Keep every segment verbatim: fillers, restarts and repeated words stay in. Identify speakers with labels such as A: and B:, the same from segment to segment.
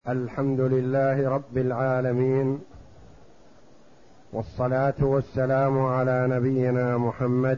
A: الحمد لله رب العالمين، والصلاة والسلام على نبينا محمد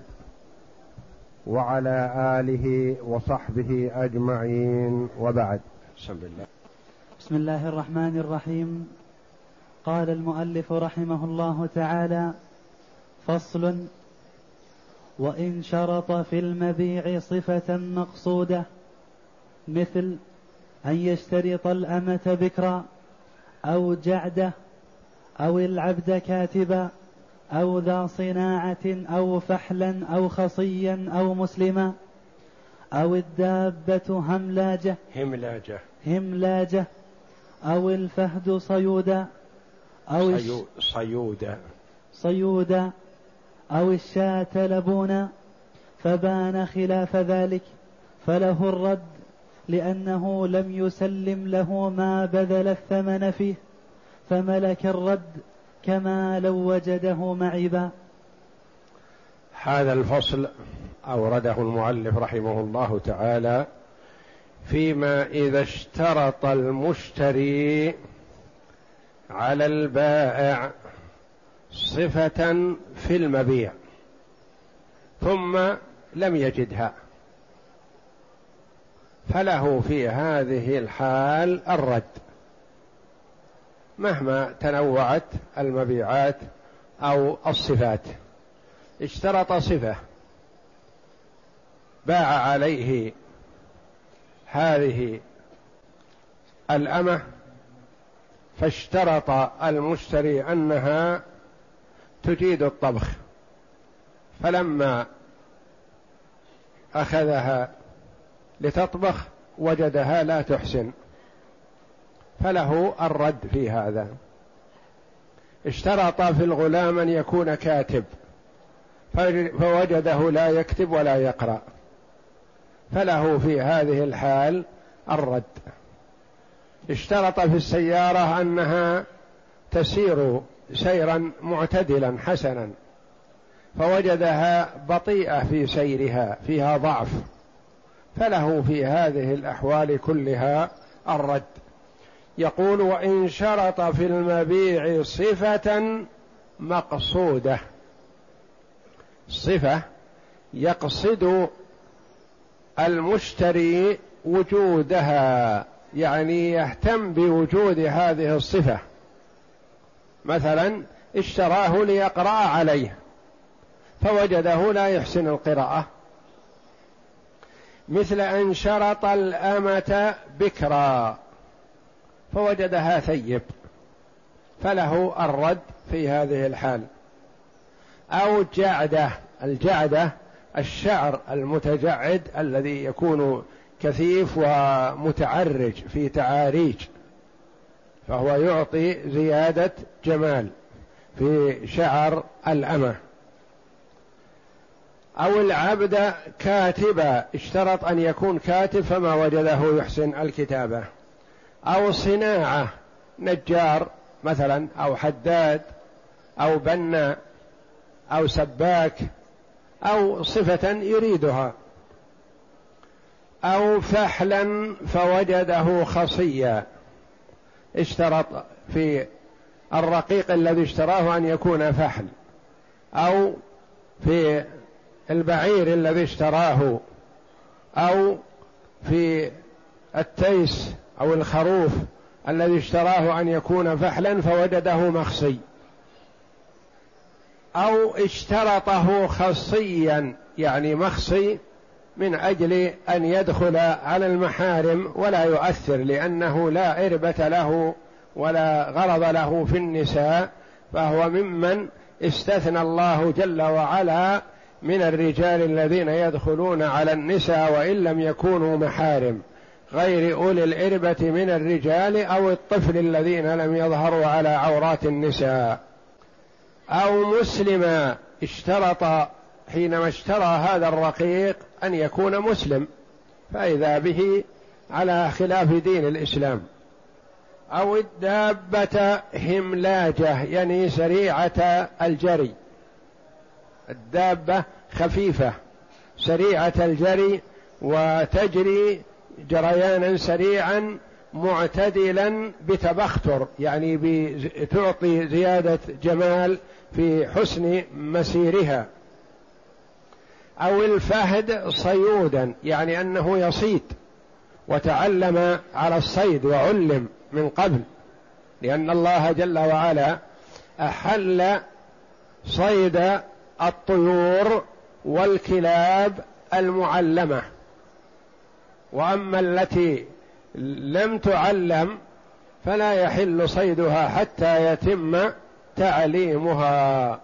A: وعلى آله وصحبه أجمعين، وبعد. بسم الله
B: بسم الله الرحمن الرحيم. قال المؤلف رحمه الله تعالى: فصل: وإن شرط في المبيع صفة مقصودة، مثل أن يشترط الأمة بكرا أو جعدة أو العبد كاتبا أو ذا صناعة أو فحلا أو خصيا أو مسلما، أو الدابة هملاجة هملاجة هملاجة أو الفهد صيودا أو
A: صيو صيودا
B: صيودا أو الشاة لبونا، فبان خلاف ذلك فله الرد، لأنه لم يسلم له ما بذل الثمن فيه، فملك الرد كما لو وجده معيبا.
A: هذا الفصل أورده المؤلف رحمه الله تعالى فيما إذا اشترط المشتري على البائع صفة في المبيع ثم لم يجدها، فله في هذه الحال الرد مهما تنوعت المبيعات أو الصفات. اشترط صفة، باع عليه هذه الأمة، فاشترط المشتري أنها تجيد الطبخ، فلما أخذها لتطبخ وجدها لا تحسن، فله الرد في هذا. اشترط في الغلام أن يكون كاتب، فوجده لا يكتب ولا يقرأ، فله في هذه الحال الرد. اشترط في السيارة أنها تسير سيرا معتدلا حسنا، فوجدها بطيئة في سيرها، فيها ضعف، فله في هذه الأحوال كلها الرد. يقول: وإن شرط في المبيع صفة مقصودة، صفة يقصد المشتري وجودها، يعني يهتم بوجود هذه الصفة، مثلا اشتراه ليقرأ عليه فوجده لا يحسن القراءة، مثل أن شرط الأمة بكرا فوجدها ثيب، فله الرد في هذه الحال. أو جعدة، الجعدة الشعر المتجعد الذي يكون كثيف ومتعرج في تعاريج، فهو يعطي زيادة جمال في شعر الأمة. أو العبد كاتبا، اشترط أن يكون كاتب فما وجده يحسن الكتابة. أو صناعة، نجار مثلا، أو حداد، أو بنا، أو سباك، أو صفة يريدها. أو فحلا فوجده خصيا، اشترط في الرقيق الذي اشتراه أن يكون فحل، أو في البعير الذي اشتراه، أو في التيس أو الخروف الذي اشتراه أن يكون فحلا فوجده مخصي. أو اشترطه خصيا، يعني مخصي من أجل أن يدخل على المحارم ولا يؤثر، لأنه لا إربة له ولا غرض له في النساء، فهو ممن استثنى الله جل وعلا من الرجال الذين يدخلون على النساء وإن لم يكونوا محارم، غير أولي الإربة من الرجال أو الطفل الذين لم يظهروا على عورات النساء. أو مسلما، اشترط حينما اشترى هذا الرقيق أن يكون مسلم، فإذا به على خلاف دين الإسلام. أو الدابة هملاجة، يعني سريعة الجري، الدابة خفيفة سريعة الجري وتجري جريانا سريعا معتدلا بتبختر، يعني تعطي زيادة جمال في حسن مسيرها. أو الفهد صيودا، يعني أنه يصيد وتعلم على الصيد وعلم من قبل، لأن الله جل وعلا أحل صيد الطيور والكلاب المعلمة، وأما التي لم تعلم فلا يحل صيدها حتى يتم تعليمها.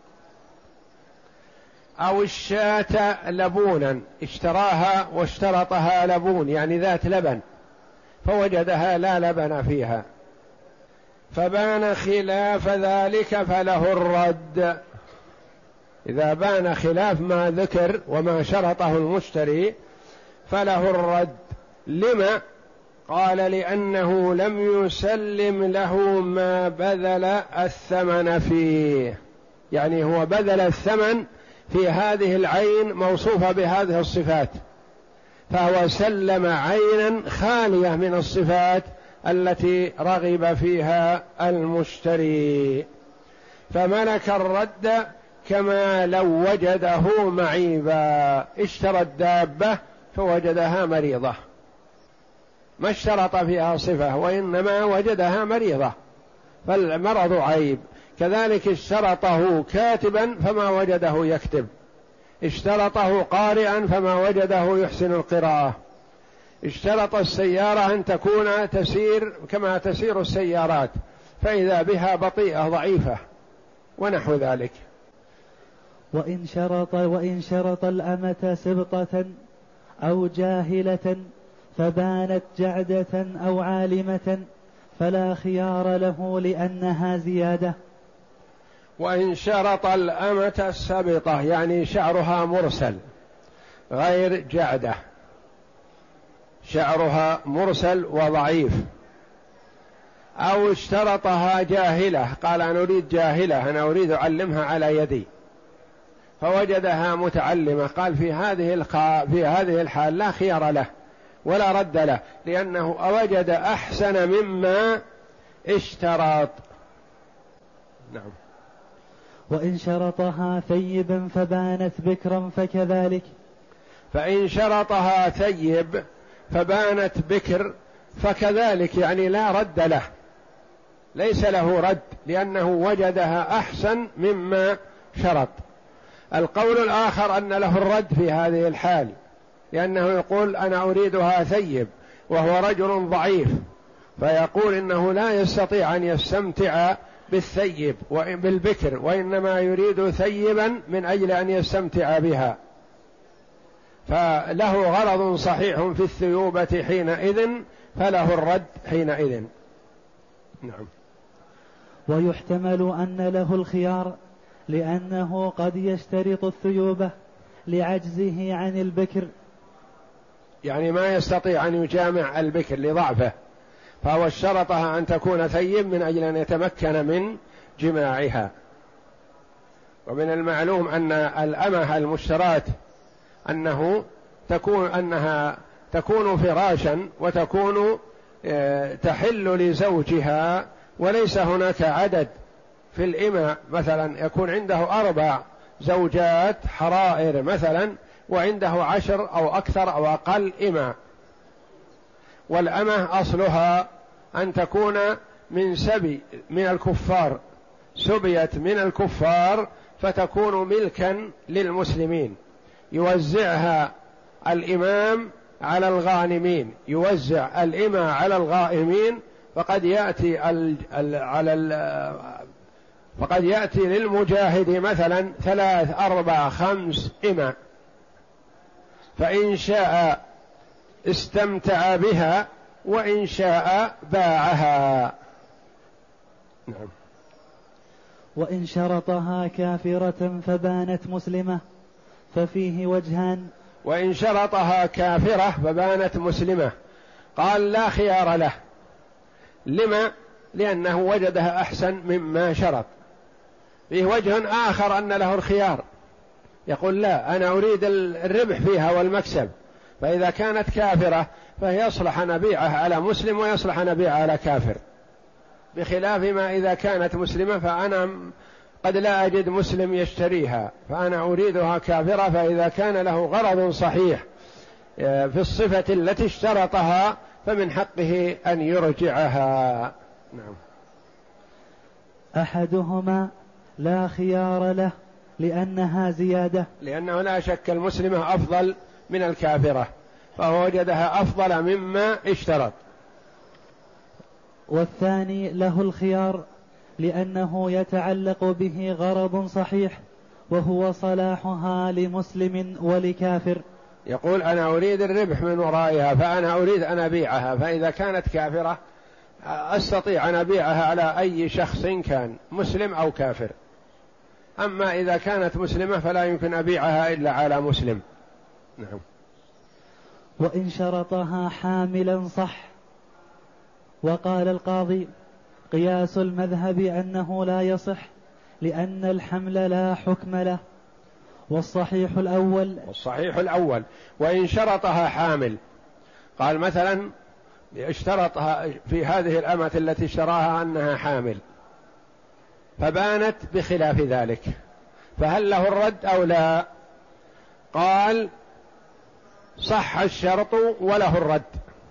A: أو الشاة لبونا، اشتراها واشترطها لبون، يعني ذات لبن، فوجدها لا لبن فيها، فبان خلاف ذلك فله الرد. إذا بان خلاف ما ذكر وما شرطه المشتري فله الرد. لما؟ قال لأنه لم يسلم له ما بذل الثمن فيه، يعني هو بذل الثمن في هذه العين موصوفة بهذه الصفات، فهو سلم عينا خالية من الصفات التي رغب فيها المشتري، فملك الرد كما لو وجده معيبا. اشترى الدابة فوجدها مريضة، ما اشترط فيها صفة وإنما وجدها مريضة، فالمرض عيب. كذلك اشترطه كاتبا فما وجده يكتب، اشترطه قارئا فما وجده يحسن القراءة، اشترط السيارة أن تكون تسير كما تسير السيارات فإذا بها بطيئة ضعيفة ونحو ذلك.
B: وإن شرط وإن شرط الأمة سبطة أو جاهلة فبانت جعدة أو عالمة فلا خيار له لأنها زيادة.
A: وإن شرط الأمة السبطة، يعني شعرها مرسل غير جعدة، شعرها مرسل وضعيف. أو اشترطها جاهلة، قال أنا أريد جاهلة، أنا أريد أعلمها على يدي، فوجدها متعلمة، قال في هذه الخ... في هذه الحال لا خيار له ولا رد له، لأنه أوجد أحسن مما اشترط. نعم.
B: وإن شرطها ثيبا فبانت بكرا فكذلك.
A: فإن شرطها ثيب فبانت بكر فكذلك، يعني لا رد له، ليس له رد، لأنه وجدها أحسن مما شرط. القول الآخر أن له الرد في هذه الحال، لأنه يقول أنا أريدها ثيب وهو رجل ضعيف، فيقول إنه لا يستطيع أن يستمتع بالثيب بالبكر، وإنما يريد ثيبا من أجل أن يستمتع بها، فله غرض صحيح في الثيوبة حينئذ، فله الرد حينئذ. نعم.
B: ويحتمل أن له الخيار لأنه قد يشترط الثيوبة لعجزه عن البكر،
A: يعني ما يستطيع أن يجامع البكر لضعفه، فهو اشترطها أن تكون ثيب من أجل أن يتمكن من جماعها. ومن المعلوم أن الأمة المشترات أنه تكون أنها تكون فراشا وتكون تحل لزوجها، وليس هناك عدد في الإماء، مثلا يكون عنده أربع زوجات حرائر مثلا وعنده عشر أو أكثر أو أقل إماء، والأمة أصلها أن تكون من سبي من الكفار، سبيت من الكفار فتكون ملكا للمسلمين، يوزعها الإمام على الغانمين، يوزع الإماء على الغائمين، فقد يأتي ال ال على ال فقد يأتي للمجاهد مثلا ثلاث أربع خمس إماء، فإن شاء استمتع بها وإن شاء باعها. نعم.
B: وإن شرطها كافرة فبانت مسلمة ففيه وجهان.
A: وإن شرطها كافرة فبانت مسلمة، قال لا خيار له. لما؟ لأنه وجدها أحسن مما شرط. فيه وجه آخر أن له الخيار، يقول لا أنا أريد الربح فيها والمكسب، فإذا كانت كافرة فيصلح أن أبيعها على مسلم ويصلح أن أبيعها على كافر، بخلاف ما إذا كانت مسلمة فأنا قد لا أجد مسلم يشتريها فأنا أريدها كافرة، فإذا كان له غرض صحيح في الصفة التي اشترطها فمن حقه أن يرجعها. نعم.
B: أحدهما لا خيار له لأنها زيادة،
A: لأنه لا شك المسلمة أفضل من الكافرة فهو وجدها أفضل مما اشترط.
B: والثاني له الخيار لأنه يتعلق به غرض صحيح وهو صلاحها لمسلم ولكافر.
A: يقول أنا أريد الربح من ورائها فأنا أريد أن أبيعها، فإذا كانت كافرة أستطيع أن أبيعها على أي شخص كان مسلم أو كافر، أما إذا كانت مسلمة فلا يمكن أبيعها إلا على مسلم. نعم.
B: وإن شرطها حاملا صح. وقال القاضي قياس المذهب أنه لا يصح لأن الحمل لا حكم له، والصحيح الأول
A: والصحيح الأول وإن شرطها حامل، قال مثلا اشترطها في هذه الأمة التي اشتراها أنها حامل فبانت بخلاف ذلك، فهل له الرد أو لا؟ قال صح الشرط وله الرد.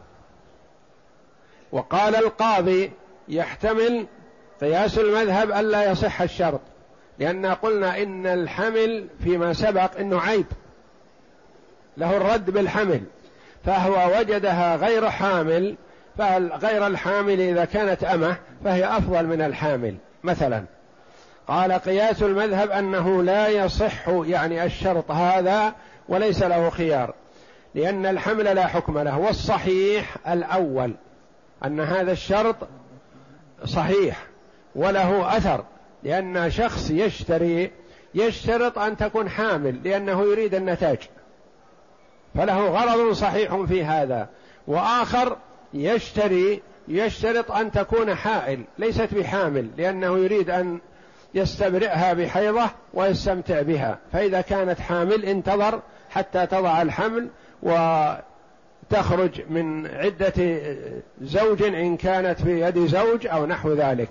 A: وقال القاضي يحتمل قياس المذهب ألا يصح الشرط، لأن قلنا إن الحمل فيما سبق إنه عيب، له الرد بالحمل، فهو وجدها غير حامل، فغير الحامل إذا كانت أمه فهي أفضل من الحامل مثلا. قال قياس المذهب أنه لا يصح يعني الشرط هذا وليس له خيار لأن الحمل لا حكم له، والصحيح الأول أن هذا الشرط صحيح وله أثر، لأن شخص يشتري يشترط أن تكون حامل لأنه يريد النتاج فله غرض صحيح في هذا، وآخر يشتري يشترط أن تكون حائل ليست بحامل لأنه يريد أن يستبرئها بحيضة ويستمتع بها، فإذا كانت حامل انتظر حتى تضع الحمل وتخرج من عدة زوج إن كانت في يد زوج أو نحو ذلك.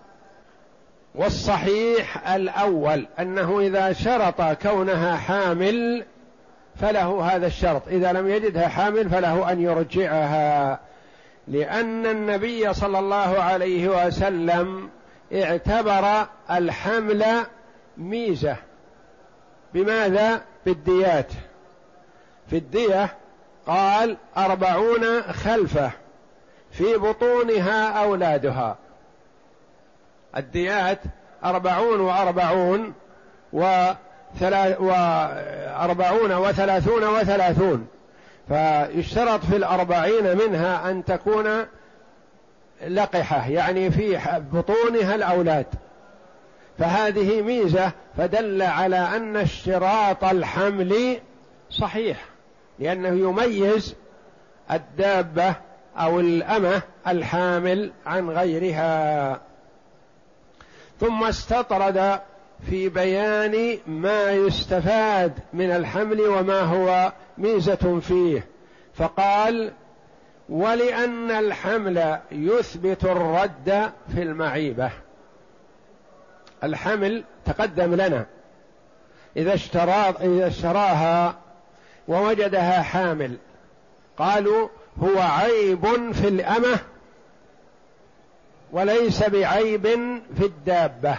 A: والصحيح الأول أنه إذا شرط كونها حامل فله هذا الشرط، إذا لم يجدها حامل فله أن يرجعها، لأن النبي صلى الله عليه وسلم اعتبر الحمل ميزة. بماذا؟ بالديات. في الدية قال أربعون خلفة في بطونها أولادها، الديات أربعون وأربعون وثلا وأربعون وثلاثون وثلاثون، فيشترط في الأربعين منها أن تكون لقحة يعني في بطونها الأولاد، فهذه ميزة، فدل على أن اشتراط الحمل صحيح لأنه يميز الدابة أو الأمة الحامل عن غيرها. ثم استطرد في بيان ما يستفاد من الحمل وما هو ميزة فيه، فقال ولأن الحمل يثبت الرد في المعيبة. الحمل تقدم لنا إذا اشترى إذا اشتراها ووجدها حامل قالوا هو عيب في الأمة وليس بعيب في الدابة.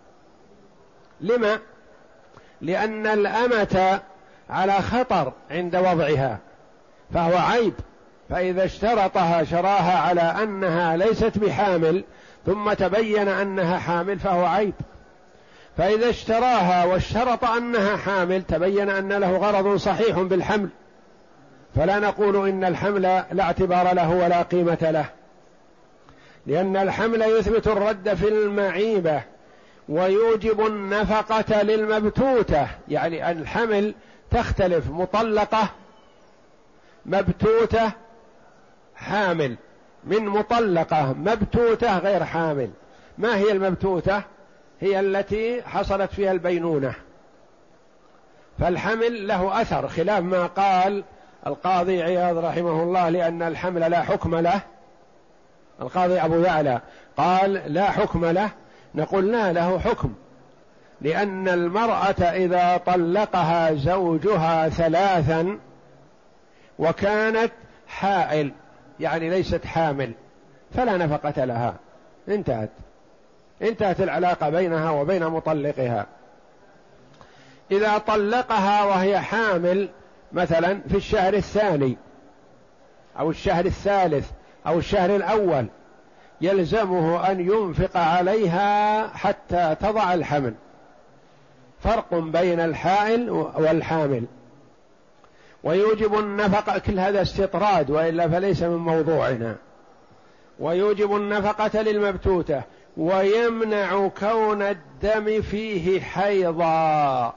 A: لما؟ لأن الأمة على خطر عند وضعها فهو عيب، فإذا اشترطها شراها على أنها ليست بحامل ثم تبين أنها حامل فهو عيب، فإذا اشتراها واشترط أنها حامل تبين أن له غرض صحيح بالحمل، فلا نقول إن الحمل لا اعتبار له ولا قيمة له، لأن الحمل يثبت الرد في المعيبة ويوجب النفقة للمبتوتة. يعني الحمل تختلف، مطلقة مبتوتة حامل من مطلقة مبتوتة غير حامل. ما هي المبتوتة؟ هي التي حصلت فيها البينونة، فالحمل له أثر خلاف ما قال القاضي عياض رحمه الله لأن الحمل لا حكم له، القاضي أبو يعلى قال لا حكم له، نقول لا، له حكم، لأن المرأة إذا طلقها زوجها ثلاثا وكانت حائل يعني ليست حامل فلا نفقة لها، انتهت انتهت العلاقة بينها وبين مطلقها. إذا طلقها وهي حامل مثلا في الشهر الثاني أو الشهر الثالث أو الشهر الأول يلزمه أن ينفق عليها حتى تضع الحمل، فرق بين الحائل والحامل، ويوجب النفقة، كل هذا استطراد وإلا فليس من موضوعنا. ويوجب النفقة للمبتوتة، ويمنع كون الدم فيه حيضا.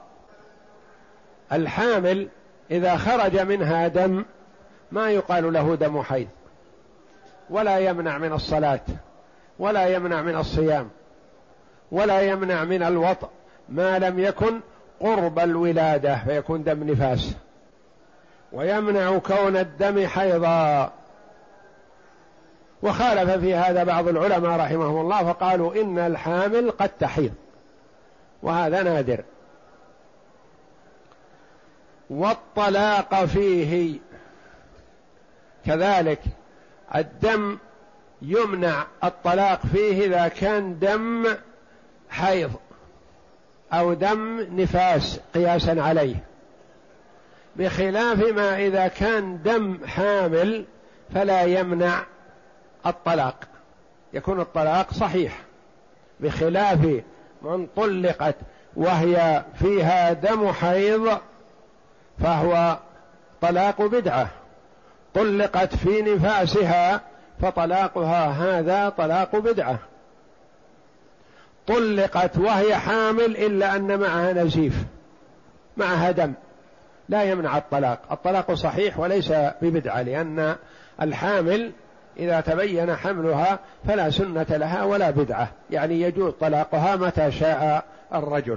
A: الحامل إذا خرج منها دم ما يقال له دم حيض، ولا يمنع من الصلاة، ولا يمنع من الصيام، ولا يمنع من الوطء ما لم يكن قرب الولادة فيكون دم نفاس. ويمنع كون الدم حيضا. وخالف في هذا بعض العلماء رحمهم الله فقالوا إن الحامل قد تحيض، وهذا نادر. والطلاق فيه كذلك، الدم يمنع الطلاق فيه إذا كان دم حيض أو دم نفاس قياسا عليه، بخلاف ما إذا كان دم حامل فلا يمنع الطلاق، يكون الطلاق صحيح، بخلاف من طلقت وهي فيها دم حيض فهو طلاق بدعة، طلقت في نفاسها فطلاقها هذا طلاق بدعة. طلقت وهي حامل إلا أن معها نزيف، معها دم، لا يمنع الطلاق، الطلاق صحيح وليس ببدعة، لأن الحامل إذا تبين حملها فلا سنة لها ولا بدعة، يعني يجوز طلاقها متى شاء الرجل.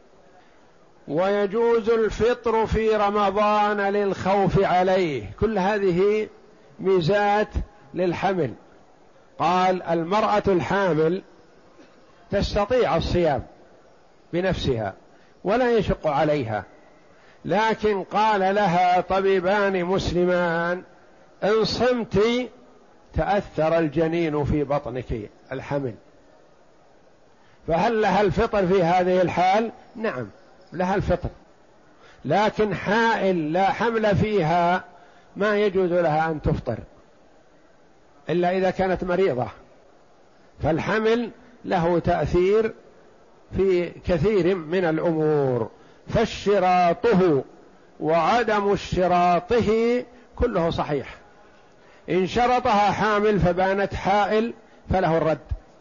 A: ويجوز الفطر في رمضان للخوف عليه، كل هذه ميزات للحمل. قال المرأة الحامل تستطيع الصيام بنفسها ولا يشق عليها، لكن قال لها طبيبان مسلمان إن صمت تأثر الجنين في بطنك الحمل، فهل لها الفطر في هذه الحال؟ نعم لها الفطر، لكن حائل لا حمل فيها ما يجوز لها أن تفطر إلا إذا كانت مريضة، فالحمل له تأثير في كثير من الأمور، فاشتراطه وعدم اشتراطه كله صحيح. إن شرطها حامل فبانت حائل فله الرد،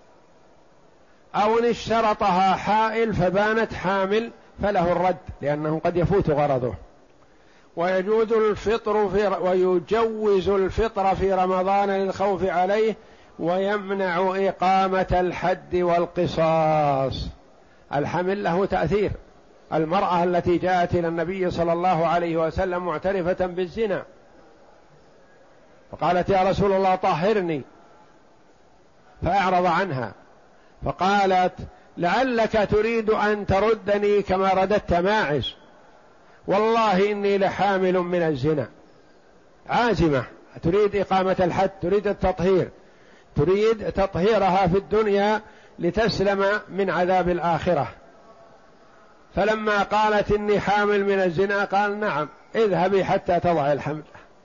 A: أو إن اشترطها حائل فبانت حامل فله الرد، لأنه قد يفوت غرضه. ويجوز الفطر في ويجوز الفطر في رمضان للخوف عليه، ويمنع إقامة الحد والقصاص. الحمل له تأثير، المرأة التي جاءت إلى النبي صلى الله عليه وسلم معترفة بالزنا فقالت يا رسول الله طهرني، فأعرض عنها، فقالت لعلك تريد أن تردني كما رددت ماعز، والله إني لحامل من الزنا. عازمة تريد إقامة الحد، تريد التطهير، تريد تطهيرها في الدنيا لتسلم من عذاب الآخرة. فلما قالت إني حامل من الزنا قال نعم اذهبي حتى تضع الحمل.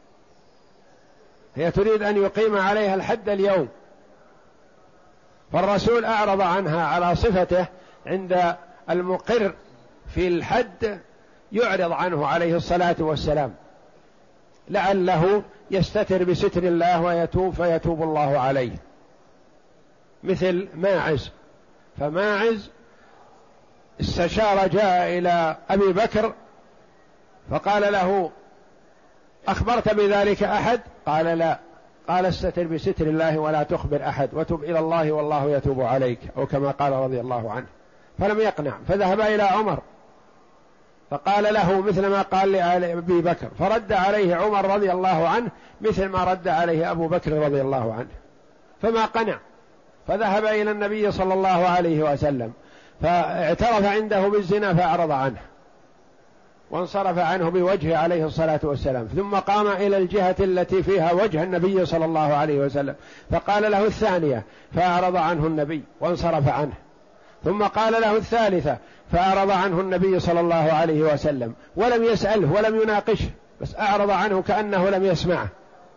A: هي تريد أن يقيم عليها الحد اليوم، فالرسول أعرض عنها على صفته عند المقر في الحد، يعرض عنه عليه الصلاة والسلام لعله يستتر بستر الله ويتوب فيتوب الله عليه، مثل ماعز. فماعز استشار، جاء إلى أبي بكر فقال له أخبرت بذلك أحد؟ قال لا. قال استتر بستر الله ولا تخبر أحد، وتب إلى الله والله يتوب عليك، أو كما قال رضي الله عنه. فلم يقنع، فذهب إلى عمر فقال له مثل ما قال لأبي بكر، فرد عليه عمر رضي الله عنه مثل ما رد عليه أبو بكر رضي الله عنه، فما قنع، فذهب إلى النبي صلى الله عليه وسلم فاعترف عنده بالزنا فأعرض عنه وانصرف عنه بوجهه عليه الصلاة والسلام، ثم قام إلى الجهة التي فيها وجه النبي صلى الله عليه وسلم فقال له الثانية فأعرض عنه النبي وانصرف عنه، ثم قال له الثالثة فأعرض عنه النبي صلى الله عليه وسلم ولم يسأله ولم يناقشه، بس أعرض عنه كأنه لم يسمعه.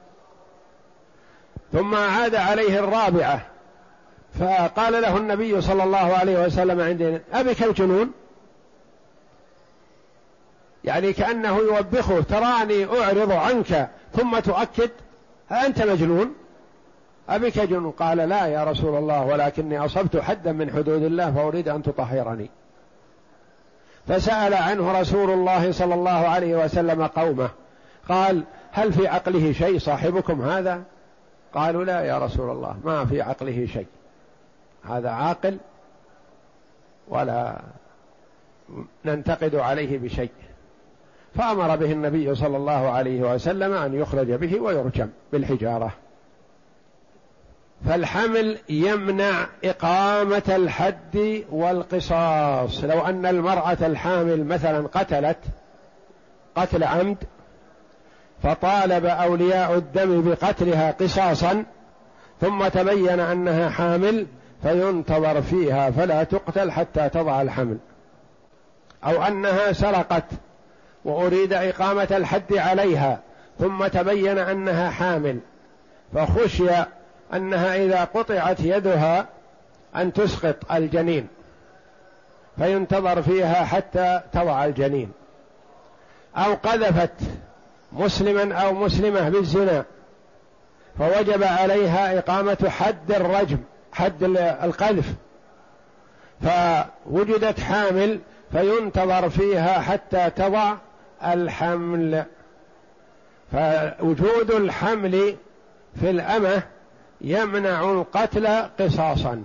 A: ثم عاد عليه الرابعة فقال له النبي صلى الله عليه وسلم عندنا أبك الجنون، يعني كأنه يوبخه تراني أعرض عنك ثم تؤكد، أنت مجنون أبك جنون؟ قال لا يا رسول الله، ولكني أصبت حدا من حدود الله فأريد أن تطهرني. فسأل عنه رسول الله صلى الله عليه وسلم قومه، قال هل في عقله شيء صاحبكم هذا؟ قالوا لا يا رسول الله ما في عقله شيء، هذا عاقل ولا ننتقد عليه بشيء. فأمر به النبي صلى الله عليه وسلم أن يخرج به ويرجم بالحجارة. فالحمل يمنع إقامة الحد والقصاص. لو أن المرأة الحامل مثلا قتلت قتل عمد فطالب أولياء الدم بقتلها قصاصا ثم تبين أنها حامل فينتظر فيها فلا تقتل حتى تضع الحمل، أو أنها سرقت وأريد إقامة الحد عليها ثم تبين أنها حامل فخشي أنها إذا قطعت يدها أن تسقط الجنين فينتظر فيها حتى تضع الجنين، أو قذفت مسلما أو مسلمة بالزنا فوجب عليها إقامة حد الرجم حد القذف فوجدت حامل فينتظر فيها حتى تضع الحمل. فوجود الحمل في الأمة يمنع القتل قصاصا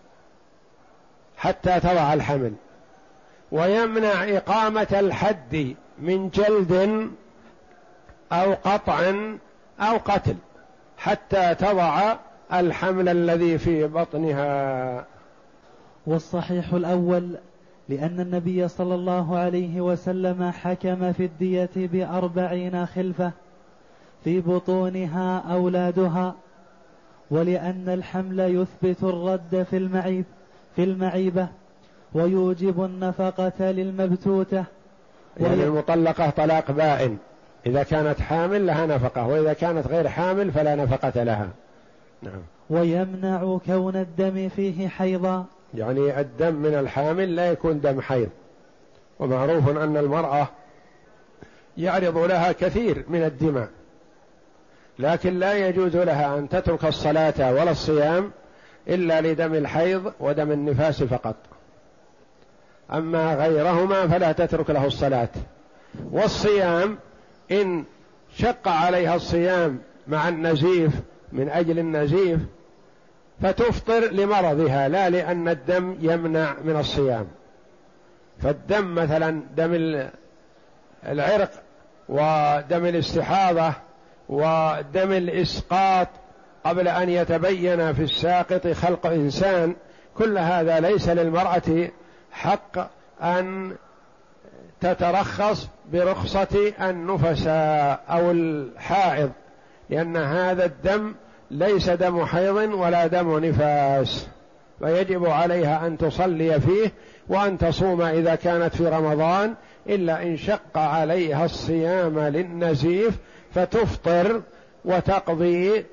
A: حتى تضع الحمل، ويمنع إقامة الحد من جلد أو قطع أو قتل حتى تضع الحمل الذي في بطنها.
B: والصحيح الأول لأن النبي صلى الله عليه وسلم حكم في الدية بأربعين خلفة في بطونها أولادها، ولأن الحمل يثبت الرد في المعيب في المعيبة ويوجب النفقة للمبتوتة.
A: يعني المطلقة طلاق بائن إذا كانت حامل لها نفقة، وإذا كانت غير حامل فلا نفقة لها. نعم.
B: ويمنع كون الدم فيه حيضا،
A: يعني الدم من الحامل لا يكون دم حيض، ومعروف أن المرأة يعرض لها كثير من الدماء، لكن لا يجوز لها أن تترك الصلاة ولا الصيام إلا لدم الحيض ودم النفاس فقط، أما غيرهما فلا تترك له الصلاة. والصيام إن شق عليها الصيام مع النزيف من أجل النزيف فتفطر لمرضها لا لأن الدم يمنع من الصيام. فالدم مثلا دم العرق ودم الاستحاضة ودم الإسقاط قبل أن يتبين في الساقط خلق إنسان، كل هذا ليس للمرأة حق أن تترخص برخصة النفساء أو الحائض، لأن هذا الدم ليس دم حيض ولا دم نفاس، فيجب عليها أن تصلي فيه وأن تصوم إذا كانت في رمضان، إلا إن شق عليها الصيام للنزيف فتفطر وتقضي،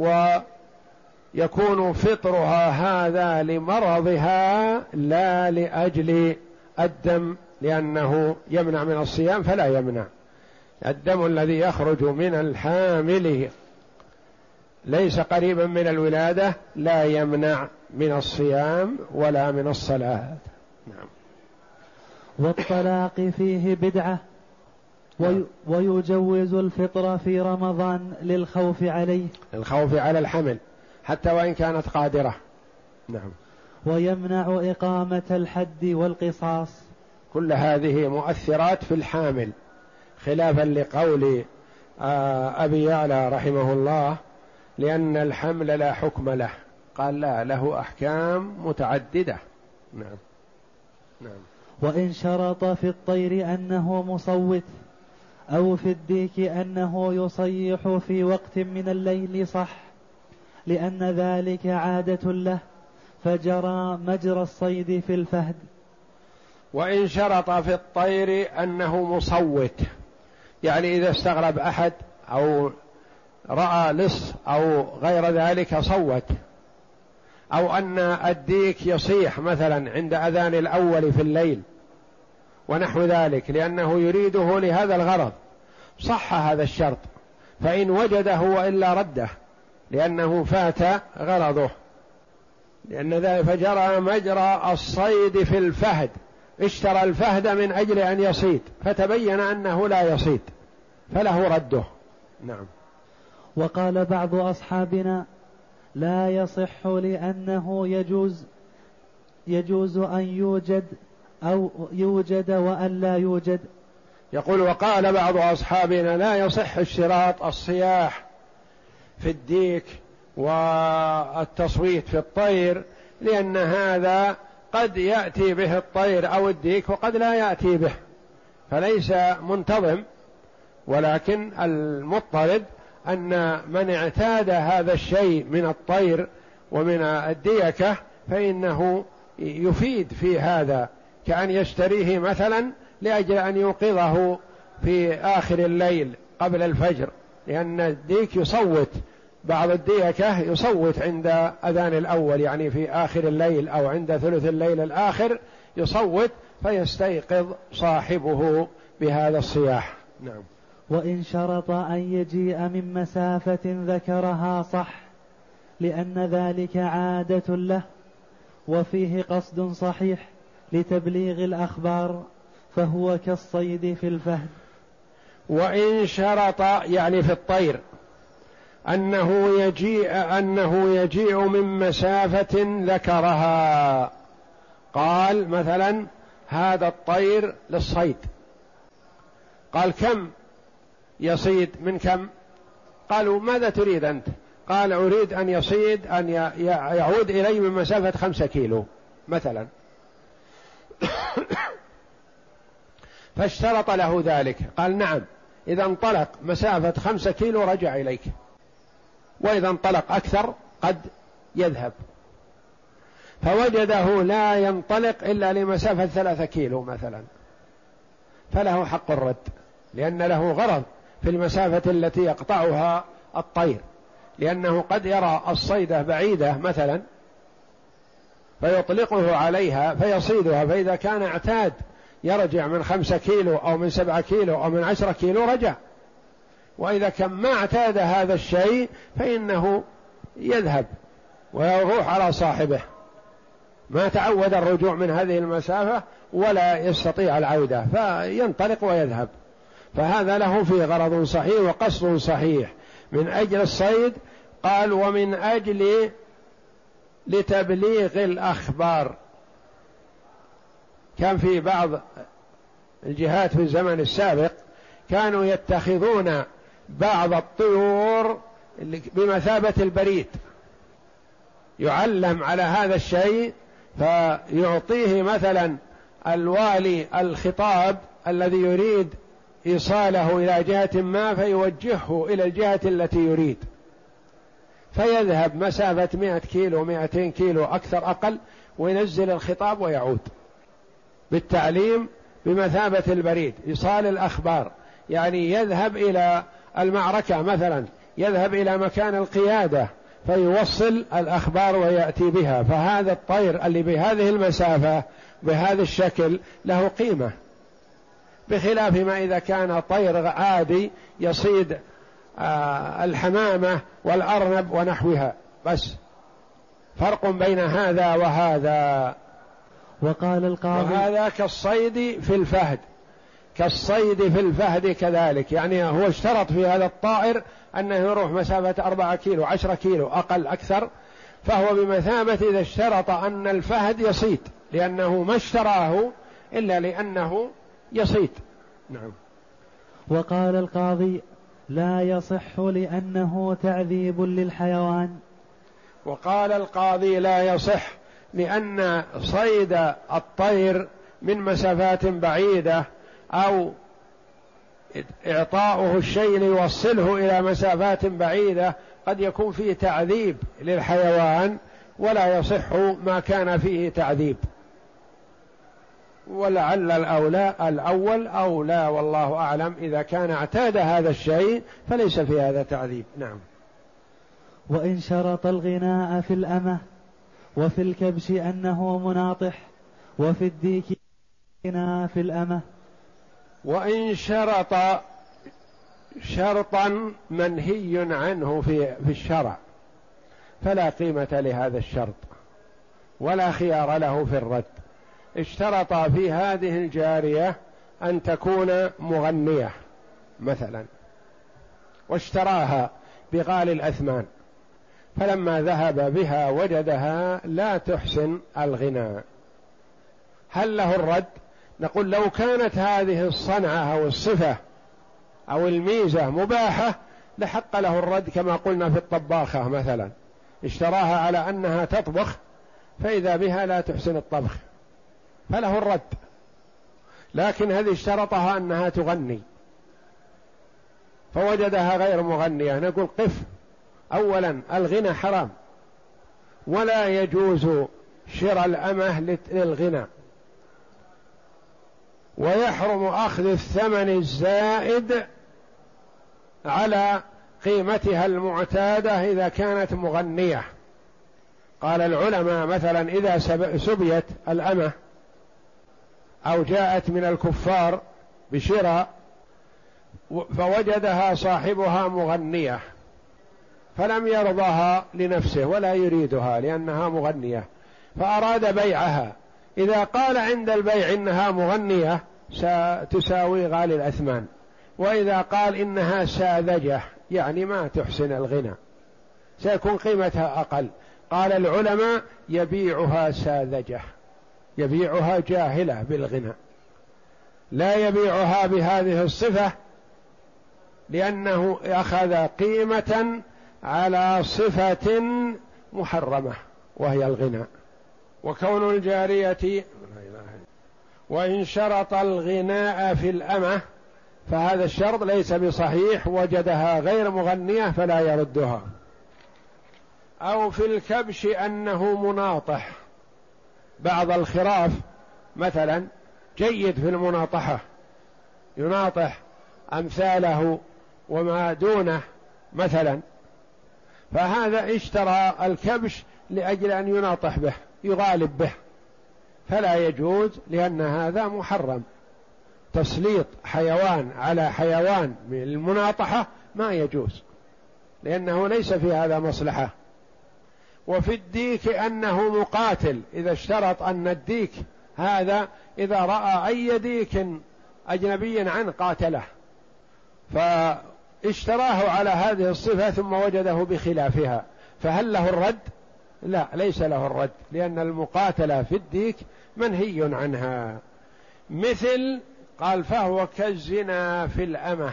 A: ويكون فطرها هذا لمرضها لا لأجل الدم، لأنه يمنع من الصيام فلا يمنع. الدم الذي يخرج من الحامل ليس قريبا من الولادة لا يمنع من الصيام ولا من الصلاة. نعم.
B: والطلاق فيه بدعة وي ويجوز الفطر في رمضان للخوف عليه
A: الخوف على الحمل حتى وإن كانت قادرة. نعم.
B: ويمنع إقامة الحد والقصاص
A: كل هذه مؤثرات في الحامل، خلافا لقول أبي يعلى رحمه الله لأن الحمل لا حكم له، قال لا، له أحكام متعددة. نعم
B: نعم. وإن شرط في الطير أنه مصوت أو في الديك أنه يصيح في وقت من الليل صح، لأن ذلك عادة له، فجرى مجرى الصيد في الفهد.
A: وإن شرط في الطير أنه مصوت، يعني إذا استغرب أحد أو رأى لص أو غير ذلك صوت، أو أن الديك يصيح مثلا عند أذان الأول في الليل ونحو ذلك، لأنه يريده لهذا الغرض، صح هذا الشرط، فإن وجده وإلا رده، لأنه فات غرضه، لأن ذلك فجرى مجرى الصيد في الفهد، اشترى الفهد من أجل أن يصيد فتبين أنه لا يصيد فله رده. نعم.
B: وقال بعض أصحابنا لا يصح لأنه يجوز يجوز أن يوجد أو يوجد وأن لا يوجد.
A: يقول وقال بعض أصحابنا لا يصح اشتراط الصياح في الديك والتصويت في الطير، لأن هذا قد يأتي به الطير أو الديك وقد لا يأتي به، فليس منتظم، ولكن المضطرد أن من اعتاد هذا الشيء من الطير ومن الديكة فإنه يفيد في هذا، كأن يشتريه مثلا لأجل أن يوقظه في آخر الليل قبل الفجر، لأن الديك يصوت، بعض الديكة يصوت عند أذان الأول، يعني في آخر الليل أو عند ثلث الليل الآخر يصوت فيستيقظ صاحبه بهذا الصياح. نعم.
B: وإن شرط أن يجيء من مسافة ذكرها صح، لأن ذلك عادة له، وفيه قصد صحيح لتبليغ الأخبار، فهو كالصيد في الفهد.
A: وإن شرط يعني في الطير أنه يجيء أنه يجيء من مسافة ذكرها، قال مثلا هذا الطير للصيد، قال كم يصيد من كم؟ قالوا ماذا تريد أنت؟ قال أريد أن يصيد أن يعود إلي من مسافة خمسة كيلو مثلا فاشترط له ذلك، قال نعم، إذا انطلق مسافة خمسة كيلو رجع إليك، وإذا انطلق أكثر قد يذهب، فوجده لا ينطلق إلا لمسافة ثلاثة كيلو مثلا، فله حق الرد، لأن له غرض في المسافة التي يقطعها الطير، لأنه قد يرى الصيدة بعيدة مثلا فيطلقه عليها فيصيدها، فإذا كان اعتاد يرجع من خمسة كيلو أو من سبعة كيلو أو من عشرة كيلو رجع، وإذا كان ما اعتاد هذا الشيء فإنه يذهب ويروح على صاحبه، ما تعود الرجوع من هذه المسافة ولا يستطيع العودة فينطلق ويذهب، فهذا له فيه غرض صحيح وقصد صحيح من أجل الصيد. قال ومن أجل لتبليغ الأخبار، كان في بعض الجهات في الزمن السابق كانوا يتخذون بعض الطيور بمثابة البريد، يعلم على هذا الشيء فيعطيه مثلا الوالي الخطاب الذي يريد إيصاله إلى جهة ما فيوجهه إلى الجهة التي يريد، فيذهب مسافة مئة كيلو مئتين كيلو أكثر أقل وينزل الخطاب ويعود بالتعليم بمثابة البريد، إيصال الأخبار، يعني يذهب إلى المعركة مثلا، يذهب إلى مكان القيادة فيوصل الأخبار ويأتي بها، فهذا الطير اللي بهذه المسافة بهذا الشكل له قيمة، بخلاف ما إذا كان طير عادي يصيد آه الحمامة والأرنب ونحوها، بس فرق بين هذا وهذا.
B: وقال القاضي
A: وهذا كالصيد في الفهد، كالصيد في الفهد كذلك، يعني هو اشترط في هذا الطائر أنه يروح مسافة أربعة كيلو عشرة كيلو أقل أكثر، فهو بمثابة إذا اشترط أن الفهد يصيد، لأنه ما اشتراه إلا لأنه يصيد. نعم.
B: وقال القاضي لا يصح لأنه تعذيب للحيوان.
A: وقال القاضي لا يصح لأن صيد الطير من مسافات بعيدة أو إعطاؤه الشيء ليوصله إلى مسافات بعيدة قد يكون فيه تعذيب للحيوان، ولا يصح ما كان فيه تعذيب، ولعل الأولى الأول أولى والله أعلم. إذا كان اعتاد هذا الشيء فليس في هذا تعذيب. نعم.
B: وإن شرط الغناء في الأمة وفي الكبش أنه مناطح وفي الديك غناء في الأمة.
A: وإن شرط شرطا منهي عنه في في الشرع فلا قيمة لهذا الشرط ولا خيار له في الرد. اشترط في هذه الجارية أن تكون مغنية مثلا، واشتراها بغالي الأثمان، فلما ذهب بها وجدها لا تحسن الغناء، هل له الرد؟ نقول لو كانت هذه الصنعة أو الصفة أو الميزة مباحة لحق له الرد، كما قلنا في الطباخة مثلا، اشتراها على أنها تطبخ فإذا بها لا تحسن الطبخ فله الرد. لكن هذه اشترطها أنها تغني فوجدها غير مغنية، نقول قف، أولا الغنى حرام ولا يجوز شراء الأمة للغنى، ويحرم أخذ الثمن الزائد على قيمتها المعتادة إذا كانت مغنية. قال العلماء مثلا إذا سبيت الأمة أو جاءت من الكفار بشراء فوجدها صاحبها مغنية فلم يرضها لنفسه ولا يريدها لأنها مغنية فأراد بيعها، إذا قال عند البيع إنها مغنية ستساوي غالي الأثمان، وإذا قال إنها ساذجة يعني ما تحسن الغنى سيكون قيمتها أقل. قال العلماء يبيعها ساذجة، يبيعها جاهلة بالغنى، لا يبيعها بهذه الصفة لأنه أخذ قيمة على صفة محرمة وهي الغنى. وكون الجارية وإن شرط الغناء في الأمة فهذا الشرط ليس بصحيح، وجدها غير مغنية فلا يردها. أو في الكبش أنه مناطح، بعض الخراف مثلا جيد في المناطحة يناطح أمثاله وما دونه مثلا، فهذا اشترى الكبش لأجل أن يناطح به يغالب به فلا يجوز، لأن هذا محرم. تسليط حيوان على حيوان من المناطحة ما يجوز لأنه ليس في هذا مصلحة. وفي الديك أنه مقاتل، إذا اشترط أن الديك هذا إذا رأى أي ديك أجنبي عنه قاتله، فاشتراه على هذه الصفة ثم وجده بخلافها، فهل له الرد؟ لا، ليس له الرد، لأن المقاتلة في الديك منهي عنها. مثل قال فهو كالزنا في الأمة،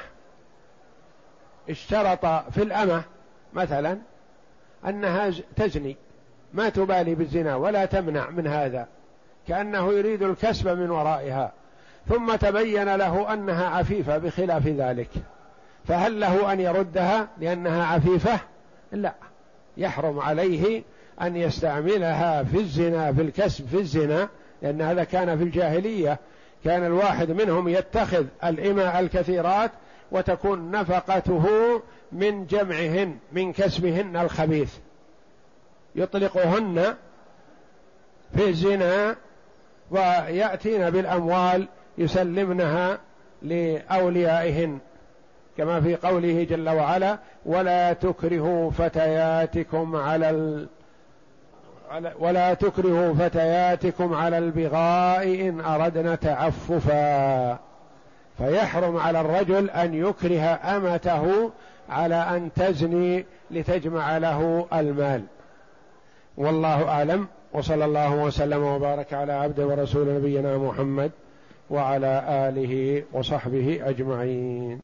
A: اشترط في الأمة مثلا أنها تزني ما تبالي بالزنا ولا تمنع من هذا، كأنه يريد الكسب من ورائها، ثم تبين له أنها عفيفة بخلاف ذلك، فهل له أن يردها لأنها عفيفة؟ لا، يحرم عليه أن يستعملها في الزنا في الكسب في الزنا، لأن هذا كان في الجاهلية، كان الواحد منهم يتخذ الإماء الكثيرات وتكون نفقته من جمعهن من كسبهن الخبيث، يطلقهن في الزنا ويأتين بالأموال يسلمنها لأوليائهن، كما في قوله جل وعلا ولا تكرهوا فتياتكم على ال... ولا تكرهوا فتياتكم على البغاء إن أردنا تعففا، فيحرم على الرجل أن يكره أمته على أن تزني لتجمع له المال. والله أعلم، وصلى الله وسلم وبارك على عبده ورسول نبينا محمد وعلى آله وصحبه أجمعين.